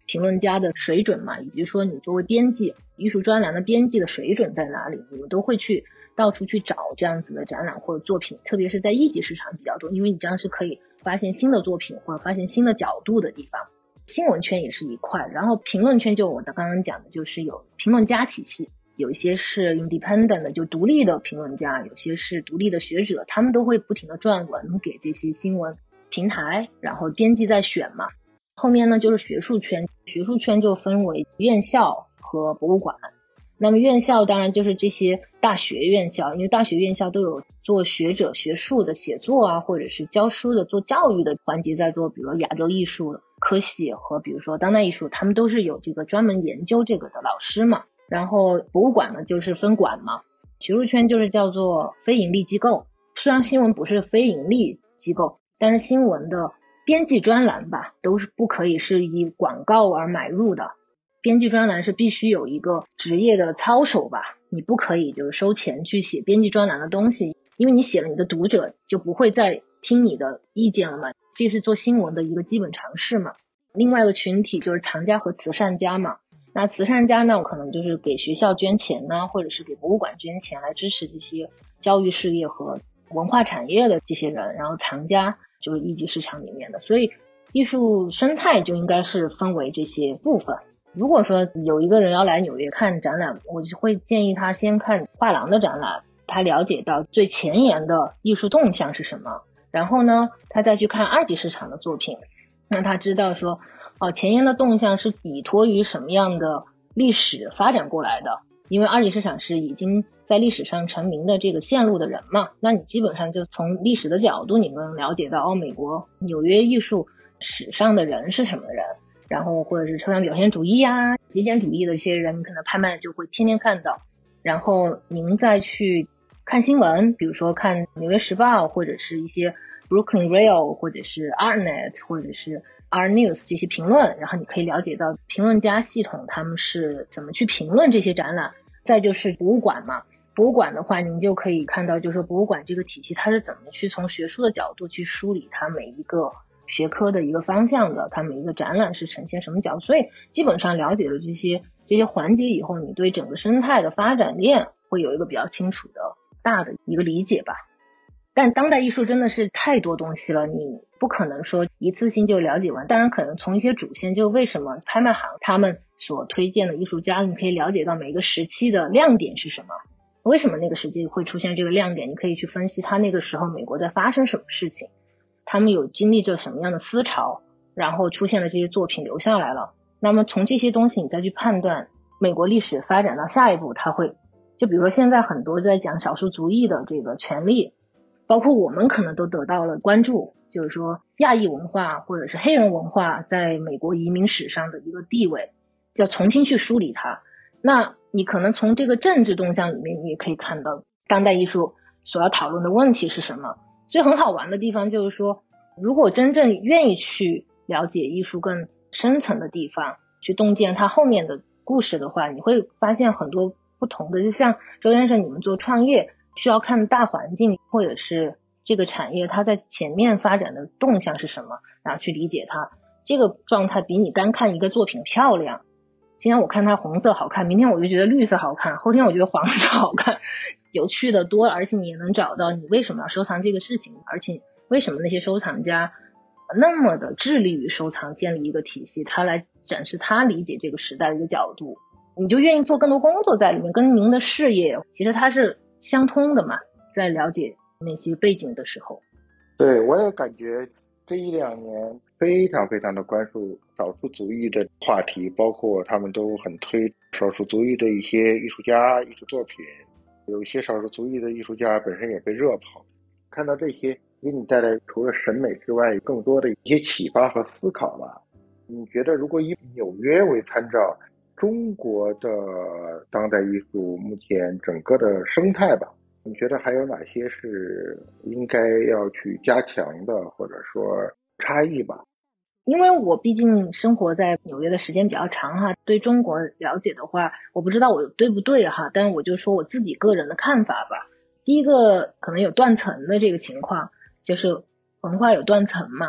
评论家的水准嘛，以及说你作为编辑艺术专栏的编辑的水准在哪里，你们都会去到处去找这样子的展览或者作品，特别是在一级市场比较多，因为你这样是可以发现新的作品或者发现新的角度的地方。新闻圈也是一块，然后评论圈就我刚刚讲的就是有评论家体系，有一些是 independent 的就独立的评论家，有些是独立的学者，他们都会不停的撰文给这些新闻平台，然后编辑在选嘛。后面呢就是学术圈，学术圈就分为院校和博物馆。那么院校当然就是这些大学院校，因为大学院校都有做学者学术的写作啊，或者是教书的做教育的环节在做，比如说亚洲艺术科系和比如说当代艺术，他们都是有这个专门研究这个的老师嘛。然后博物馆呢就是分馆嘛，学术圈就是叫做非盈利机构，虽然新闻不是非盈利机构，但是新闻的编辑专栏吧都是不可以是以广告而买入的，编辑专栏是必须有一个职业的操守吧，你不可以就是收钱去写编辑专栏的东西，因为你写了你的读者就不会再听你的意见了嘛，这是做新闻的一个基本常识嘛。另外一个群体就是藏家和慈善家嘛，那慈善家呢可能就是给学校捐钱呢，或者是给博物馆捐钱来支持这些教育事业和文化产业的这些人，然后藏家就是一级市场里面的，所以艺术生态就应该是分为这些部分。如果说有一个人要来纽约看展览，我就会建议他先看画廊的展览，他了解到最前沿的艺术动向是什么，然后呢他再去看二级市场的作品，让他知道说前沿的动向是依托于什么样的历史发展过来的，因为二级市场是已经在历史上成名的这个线路的人嘛，那你基本上就从历史的角度你能了解到美国纽约艺术史上的人是什么人，然后或者是抽象表现主义啊极简主义的一些人可能拍卖就会天天看到，然后您再去看新闻，比如说看纽约时报或者是一些 Brooklyn Rail 或者是 Artnet 或者是 R News 这些评论，然后你可以了解到评论家系统他们是怎么去评论这些展览。再就是博物馆嘛，博物馆的话您就可以看到就是说博物馆这个体系它是怎么去从学术的角度去梳理它每一个学科的一个方向的，它每一个展览是呈现什么角度，所以基本上了解了这些环节以后，你对整个生态的发展链会有一个比较清楚的大的一个理解吧。但当代艺术真的是太多东西了，你不可能说一次性就了解完，当然可能从一些主线，就为什么拍卖行他们所推荐的艺术家，你可以了解到每个时期的亮点是什么，为什么那个时期会出现这个亮点，你可以去分析他那个时候美国在发生什么事情，他们有经历着什么样的思潮，然后出现了这些作品留下来了，那么从这些东西你再去判断美国历史发展到下一步，它会就比如说现在很多在讲少数族裔的这个权利，包括我们可能都得到了关注，就是说亚裔文化或者是黑人文化在美国移民史上的一个地位要重新去梳理它，那你可能从这个政治动向里面你也可以看到当代艺术所要讨论的问题是什么。所以很好玩的地方就是说，如果真正愿意去了解艺术更深层的地方，去洞见它后面的故事的话，你会发现很多不同的，就像周先生你们做创业需要看大环境，或者是这个产业它在前面发展的动向是什么，然后去理解它，这个状态比你单看一个作品漂亮，今天我看它红色好看，明天我就觉得绿色好看，后天我觉得黄色好看，有趣的多，而且你也能找到你为什么要收藏这个事情，而且为什么那些收藏家那么的致力于收藏，建立一个体系，他来展示他理解这个时代的一个角度，你就愿意做更多工作在里面，跟您的事业其实它是相通的嘛，在了解那些背景的时候。 对，我也感觉这一两年非常非常的关注少数族裔的话题，包括他们都很推少数族裔的一些艺术家、艺术作品，有一些少数族裔的艺术家本身也被热捧。看到这些给你带来除了审美之外更多的一些启发和思考吧。你觉得如果以纽约为参照，中国的当代艺术目前整个的生态吧，你觉得还有哪些是应该要去加强的，或者说差异吧？ 因为我毕竟生活在纽约的时间比较长哈，对中国了解的话，我不知道我对不对哈，但是我就说我自己个人的看法吧。第一个可能有断层的这个情况，就是文化有断层嘛。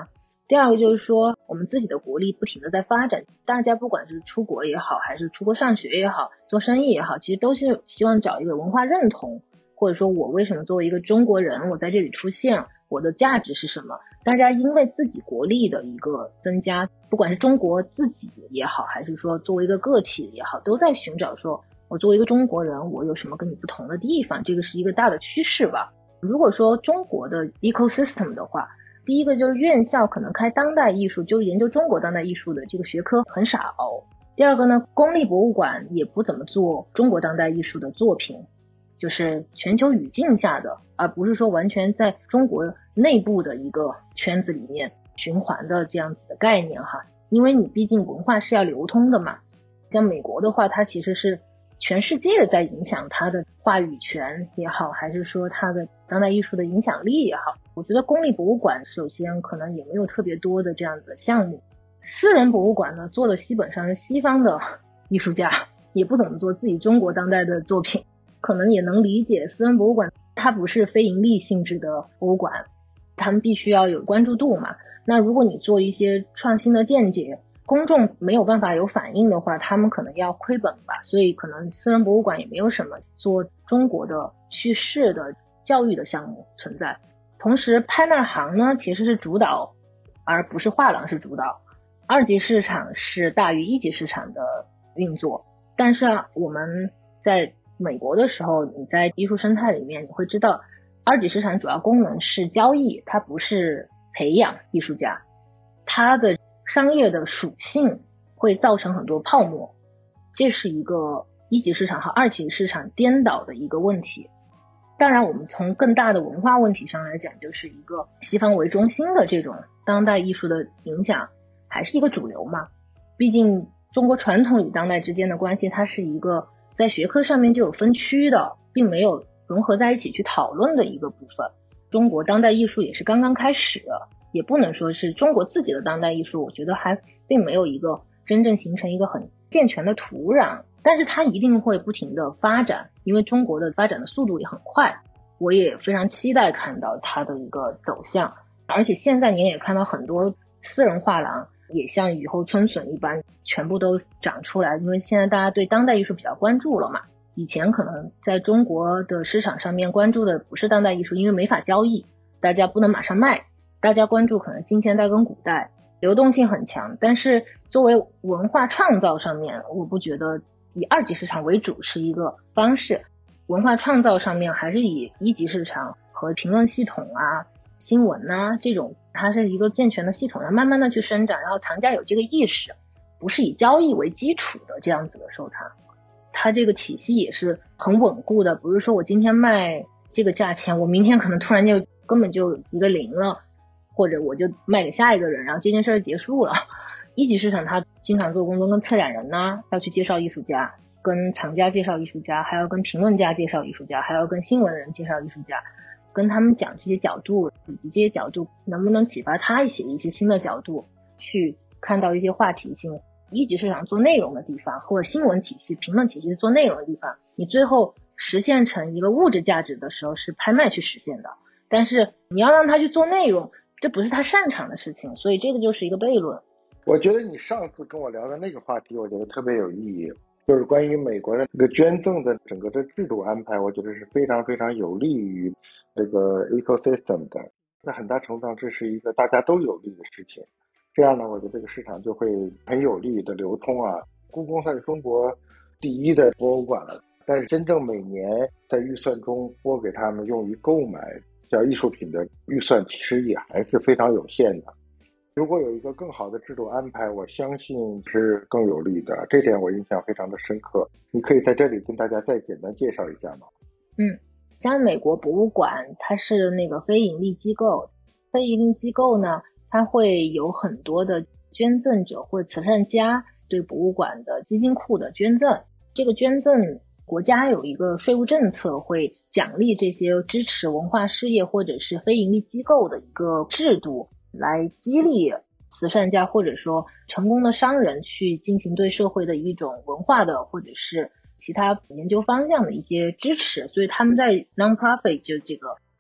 第二个就是说，我们自己的国力不停的在发展，大家不管是出国也好，还是出国上学也好，做生意也好，其实都是希望找一个文化认同，或者说我为什么作为一个中国人，我在这里出现，我的价值是什么？大家因为自己国力的一个增加，不管是中国自己也好，还是说作为一个个体也好，都在寻找说我作为一个中国人，我有什么跟你不同的地方，这个是一个大的趋势吧。如果说中国的 ecosystem 的话，第一个就是院校可能开当代艺术，就研究中国当代艺术的这个学科很少。第二个呢，公立博物馆也不怎么做中国当代艺术的作品，就是全球语境下的，而不是说完全在中国内部的一个圈子里面循环的这样子的概念哈。因为你毕竟文化是要流通的嘛，像美国的话，它其实是全世界的在影响它的话语权也好，还是说它的当代艺术的影响力也好，我觉得公立博物馆首先可能也没有特别多的这样子的项目。私人博物馆呢，做的基本上是西方的艺术家，也不怎么做自己中国当代的作品，可能也能理解私人博物馆它不是非盈利性质的博物馆，他们必须要有关注度嘛。那如果你做一些创新的见解，公众没有办法有反应的话，他们可能要亏本吧，所以可能私人博物馆也没有什么做中国的叙事的教育的项目存在。同时拍卖行呢其实是主导，而不是画廊是主导，二级市场是大于一级市场的运作。但是我们在美国的时候，你在艺术生态里面你会知道，二级市场主要功能是交易，它不是培养艺术家，它的商业的属性会造成很多泡沫，这是一个一级市场和二级市场颠倒的一个问题。当然我们从更大的文化问题上来讲，就是一个西方为中心的这种当代艺术的影响还是一个主流嘛。毕竟中国传统与当代之间的关系，它是一个在学科上面就有分区的，并没有融合在一起去讨论的一个部分。中国当代艺术也是刚刚开始，也不能说是中国自己的当代艺术，我觉得还并没有一个真正形成一个很健全的土壤，但是它一定会不停的发展，因为中国的发展的速度也很快，我也非常期待看到它的一个走向。而且现在你也看到很多私人画廊也像雨后春笋一般全部都长出来，因为现在大家对当代艺术比较关注了嘛。以前可能在中国的市场上面关注的不是当代艺术，因为没法交易，大家不能马上卖，大家关注可能近现代跟古代，流动性很强。但是作为文化创造上面，我不觉得以二级市场为主是一个方式，文化创造上面还是以一级市场和评论系统啊、新闻啊这种，它是一个健全的系统，慢慢的去生长，然后藏家有这个意识，不是以交易为基础的这样子的收藏。它这个体系也是很稳固的，不是说我今天卖这个价钱，我明天可能突然就根本就一个零了，或者我就卖给下一个人，然后这件事结束了。一级市场它经常做工作，跟策展人呢要去介绍艺术家，跟藏家介绍艺术家，还要跟评论家介绍艺术家，还要跟新闻人介绍艺术家，跟他们讲这些角度，以及这些角度能不能启发他一些新的角度去看到一些话题性。一级市场做内容的地方，或者新闻体系、评论体系做内容的地方，你最后实现成一个物质价值的时候是拍卖去实现的，但是你要让他去做内容，这不是他擅长的事情，所以这个就是一个悖论。 我觉得你上次跟我聊的那个话题，我觉得特别有意义，就是关于美国的这个捐赠的整个的制度安排，我觉得是非常非常有利于这个 ecosystem 的。在很大程度上，这是一个大家都有利的事情。这样呢，我觉得这个市场就会很有利的流通啊。故宫算是中国第一的博物馆了，但是真正每年在预算中拨给他们用于购买叫艺术品的预算，其实也还是非常有限的。如果有一个更好的制度安排，我相信是更有利的，这点我印象非常的深刻。你可以在这里跟大家再简单介绍一下吗？ 像美国博物馆它是那个非盈利机构，非盈利机构呢，它会有很多的捐赠者或慈善家对博物馆的基金库的捐赠，这个捐赠国家有一个税务政策会奖励这些支持文化事业或者是非盈利机构的一个制度，来激励慈善家或者说成功的商人去进行对社会的一种文化的或者是其他研究方向的一些支持，所以他们在 non-profit 就这个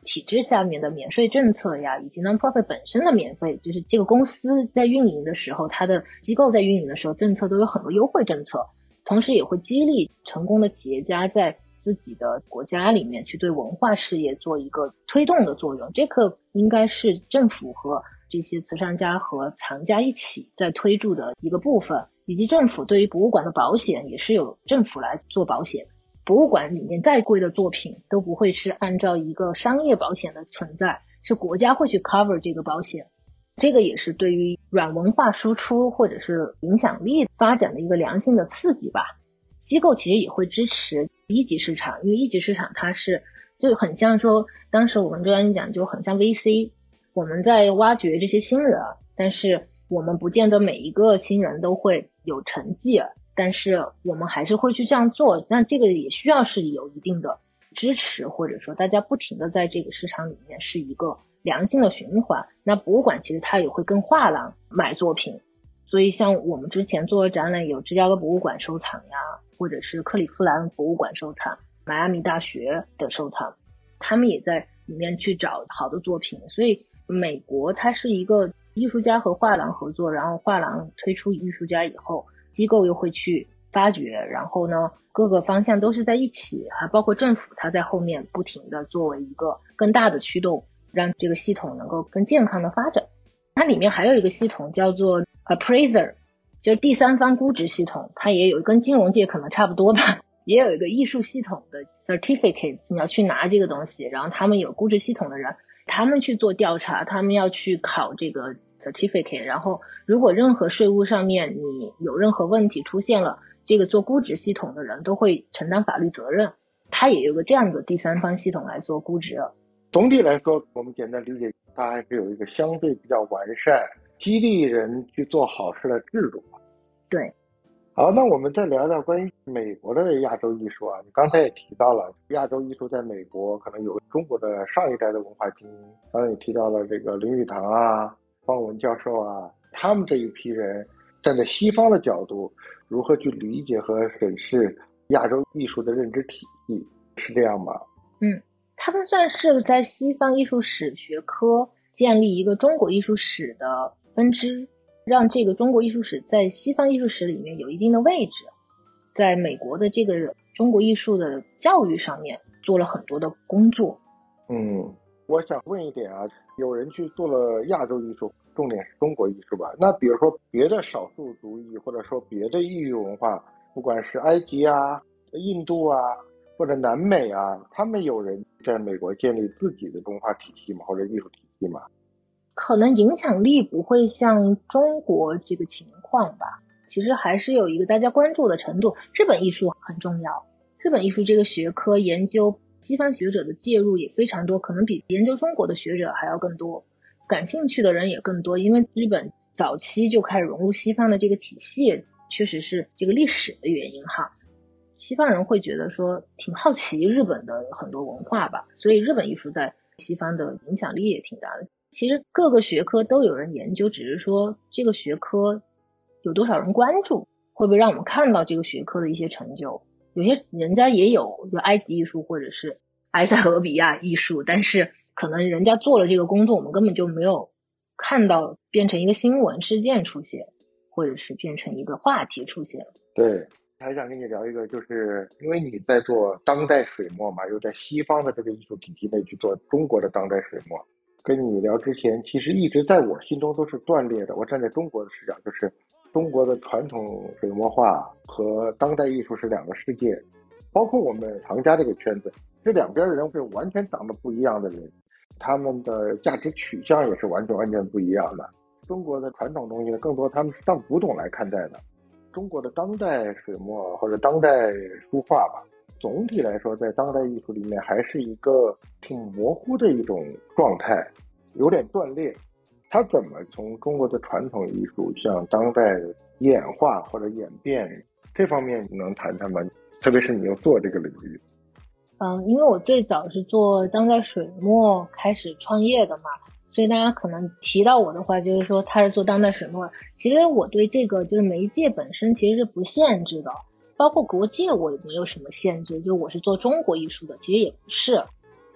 体制下面的免税政策呀，以及 non-profit 本身的免费，就是这个公司在运营的时候，它的机构在运营的时候，政策都有很多优惠政策，同时也会激励成功的企业家在自己的国家里面去对文化事业做一个推动的作用。这个应该是政府和这些慈善家和藏家一起在推助的一个部分，以及政府对于博物馆的保险也是由政府来做保险。博物馆里面再贵的作品都不会是按照一个商业保险的存在，是国家会去 cover 这个保险。这个也是对于软文化输出或者是影响力发展的一个良性的刺激吧。机构其实也会支持一级市场，因为一级市场它是就很像说，当时我们专讲就很像 VC， 我们在挖掘这些新人，但是我们不见得每一个新人都会有成绩，但是我们还是会去这样做。那这个也需要是有一定的支持，或者说大家不停的在这个市场里面是一个良性的循环。那博物馆其实它也会跟画廊买作品，所以像我们之前做的展览有芝加哥博物馆收藏呀，或者是克利夫兰博物馆收藏，迈阿密大学的收藏，他们也在里面去找好的作品。所以美国它是一个艺术家和画廊合作，然后画廊推出艺术家以后，机构又会去发掘，然后呢各个方向都是在一起，还包括政府它在后面不停的作为一个更大的驱动，让这个系统能够更健康的发展。它里面还有一个系统叫做 appraiser， 就是第三方估值系统，它也有跟金融界可能差不多吧，也有一个艺术系统的 certificate， 你要去拿这个东西，然后他们有估值系统的人，他们去做调查，他们要去考这个 certificate， 然后如果任何税务上面你有任何问题出现了，这个做估值系统的人都会承担法律责任，他也有个这样的第三方系统来做估值。 总体来说，我们简单理解，它还是有一个相对比较完善、激励人去做好事的制度。 对。 好，那我们再聊聊关于美国的亚洲艺术啊。你刚才也提到了，亚洲艺术在美国可能有中国的上一代的文化精英，刚才也提到了这个林语堂啊、方文教授啊，他们这一批人站在西方的角度，如何去理解和审视亚洲艺术的认知体系，是这样吗？ 他们算是在西方艺术史学科建立一个中国艺术史的分支，让这个中国艺术史在西方艺术史里面有一定的位置，在美国的这个中国艺术的教育上面做了很多的工作。 我想问一点啊，有人去做了亚洲艺术，重点是中国艺术吧？那比如说别的少数族裔，或者说别的异域文化，不管是埃及啊、印度啊，或者南美啊，他们有人在美国建立自己的文化体系吗？或者艺术体系吗？ 可能影响力不会像中国这个情况吧，其实还是有一个大家关注的程度。日本艺术很重要，日本艺术这个学科研究西方学者的介入也非常多，可能比研究中国的学者还要更多，感兴趣的人也更多，因为日本早期就开始融入西方的这个体系，确实是这个历史的原因哈。西方人会觉得说挺好奇日本的很多文化吧，所以日本艺术在西方的影响力也挺大的。其实各个学科都有人研究，只是说这个学科有多少人关注，会不会让我们看到这个学科的一些成就。有些人家也有就埃及艺术或者是埃塞俄比亚艺术，但是可能人家做了这个工作，我们根本就没有看到变成一个新闻事件出现，或者是变成一个话题出现。 对，还想跟你聊一个，就是因为你在做当代水墨嘛，又在西方的这个艺术体系内去做中国的当代水墨，跟你聊之前，其实一直在我心中都是断裂的。我站在中国的视角，就是中国的传统水墨画和当代艺术是两个世界，包括我们藏家这个圈子，这两边的人是完全长得不一样的人，他们的价值取向也是完全不一样的。中国的传统东西呢，更多他们是当古董来看待的。中国的当代水墨或者当代书画吧，总体来说在当代艺术里面还是一个挺模糊的一种状态，有点断裂。它怎么从中国的传统艺术向当代演化或者演变，这方面你能谈谈吗？特别是你又做这个领域。 因为我最早是做当代水墨开始创业的嘛，所以大家可能提到我的话就是说他是做当代水墨。其实我对这个就是媒介本身其实是不限制的，包括国界我也没有什么限制，就我是做中国艺术的，其实也不是。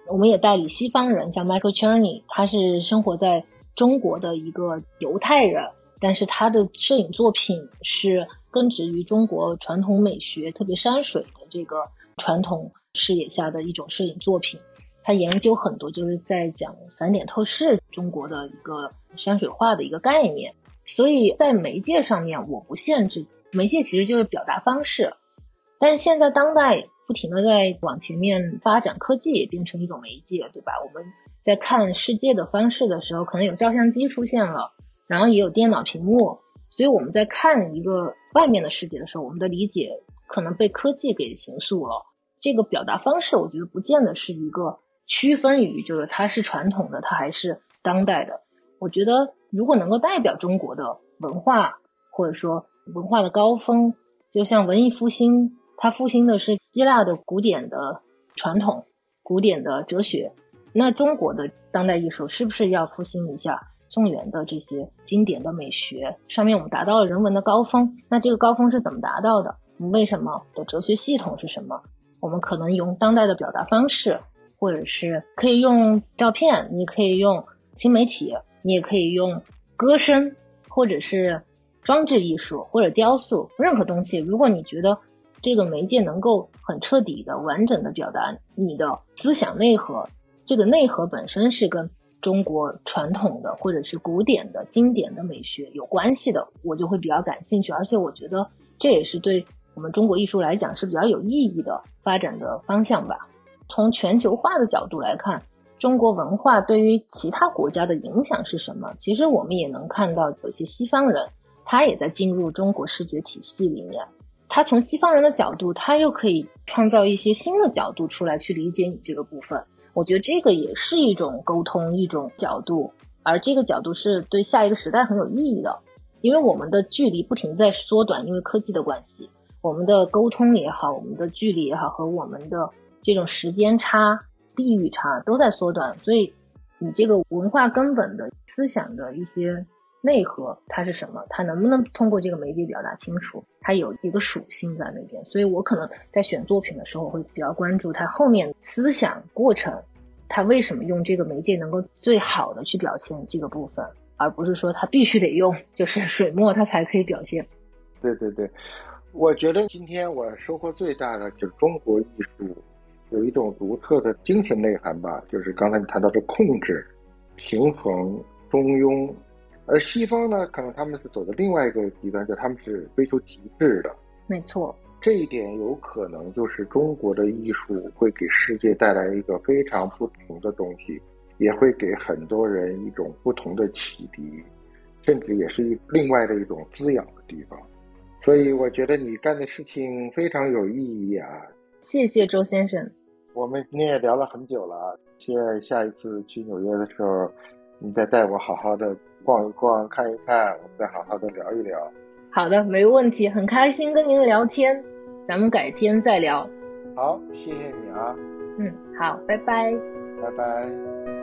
我们也代理西方人，像 Michael Cherny， 他是生活在中国的一个犹太人，但是他的摄影作品是根植于中国传统美学，特别山水的这个传统视野下的一种摄影作品。他研究很多就是在讲散点透视中国的一个山水画的一个概念。所以在媒介上面我不限制，媒介其实就是表达方式，但是现在当代不停的在往前面发展，科技也变成一种媒介，对吧？我们在看世界的方式的时候，可能有照相机出现了，然后也有电脑屏幕，所以我们在看一个外面的世界的时候，我们的理解可能被科技给形塑了。这个表达方式我觉得不见得是一个区分于就是它是传统的它还是当代的。我觉得如果能够代表中国的文化，或者说文化的高峰，就像文艺复兴，它复兴的是希腊的古典的传统，古典的哲学，那中国的当代艺术是不是要复兴一下宋元的这些经典的美学？上面我们达到了人文的高峰，那这个高峰是怎么达到的？我们为什么的哲学系统是什么？我们可能用当代的表达方式，或者是可以用照片，你可以用新媒体，你也可以用歌声，或者是装置艺术或者雕塑，任何东西，如果你觉得这个媒介能够很彻底的完整的表达你的思想内核，这个内核本身是跟中国传统的或者是古典的经典的美学有关系的，我就会比较感兴趣。而且我觉得这也是对我们中国艺术来讲是比较有意义的发展的方向吧。从全球化的角度来看，中国文化对于其他国家的影响是什么？其实我们也能看到有些西方人他也在进入中国视觉体系里面，他从西方人的角度他又可以创造一些新的角度出来去理解你这个部分。我觉得这个也是一种沟通，一种角度，而这个角度是对下一个时代很有意义的。因为我们的距离不停在缩短，因为科技的关系，我们的沟通也好，我们的距离也好，和我们的这种时间差、地域差都在缩短，所以你这个文化根本的思想的一些内核它是什么，它能不能通过这个媒介表达清楚，它有一个属性在那边。所以我可能在选作品的时候会比较关注它后面思想过程，它为什么用这个媒介能够最好的去表现这个部分，而不是说它必须得用就是水墨它才可以表现。 对对对，我觉得今天我收获最大的就是中国艺术有一种独特的精神内涵吧，就是刚才你谈到的控制、平衡、中庸，而西方呢，可能他们是走的另外一个极端，就他们是追求极致的。 没错， 这一点有可能就是中国的艺术会给世界带来一个非常不同的东西，也会给很多人一种不同的启迪，甚至也是另外的一种滋养的地方。所以我觉得你干的事情非常有意义啊！ 谢谢周先生。 我们今天也聊了很久了，期待下一次去纽约的时候，你再带我好好的逛一逛、看一看，我们再好好的聊一聊。 好的，没问题，很开心跟您聊天，咱们改天再聊。 好，谢谢你啊。 好，拜拜。 拜拜。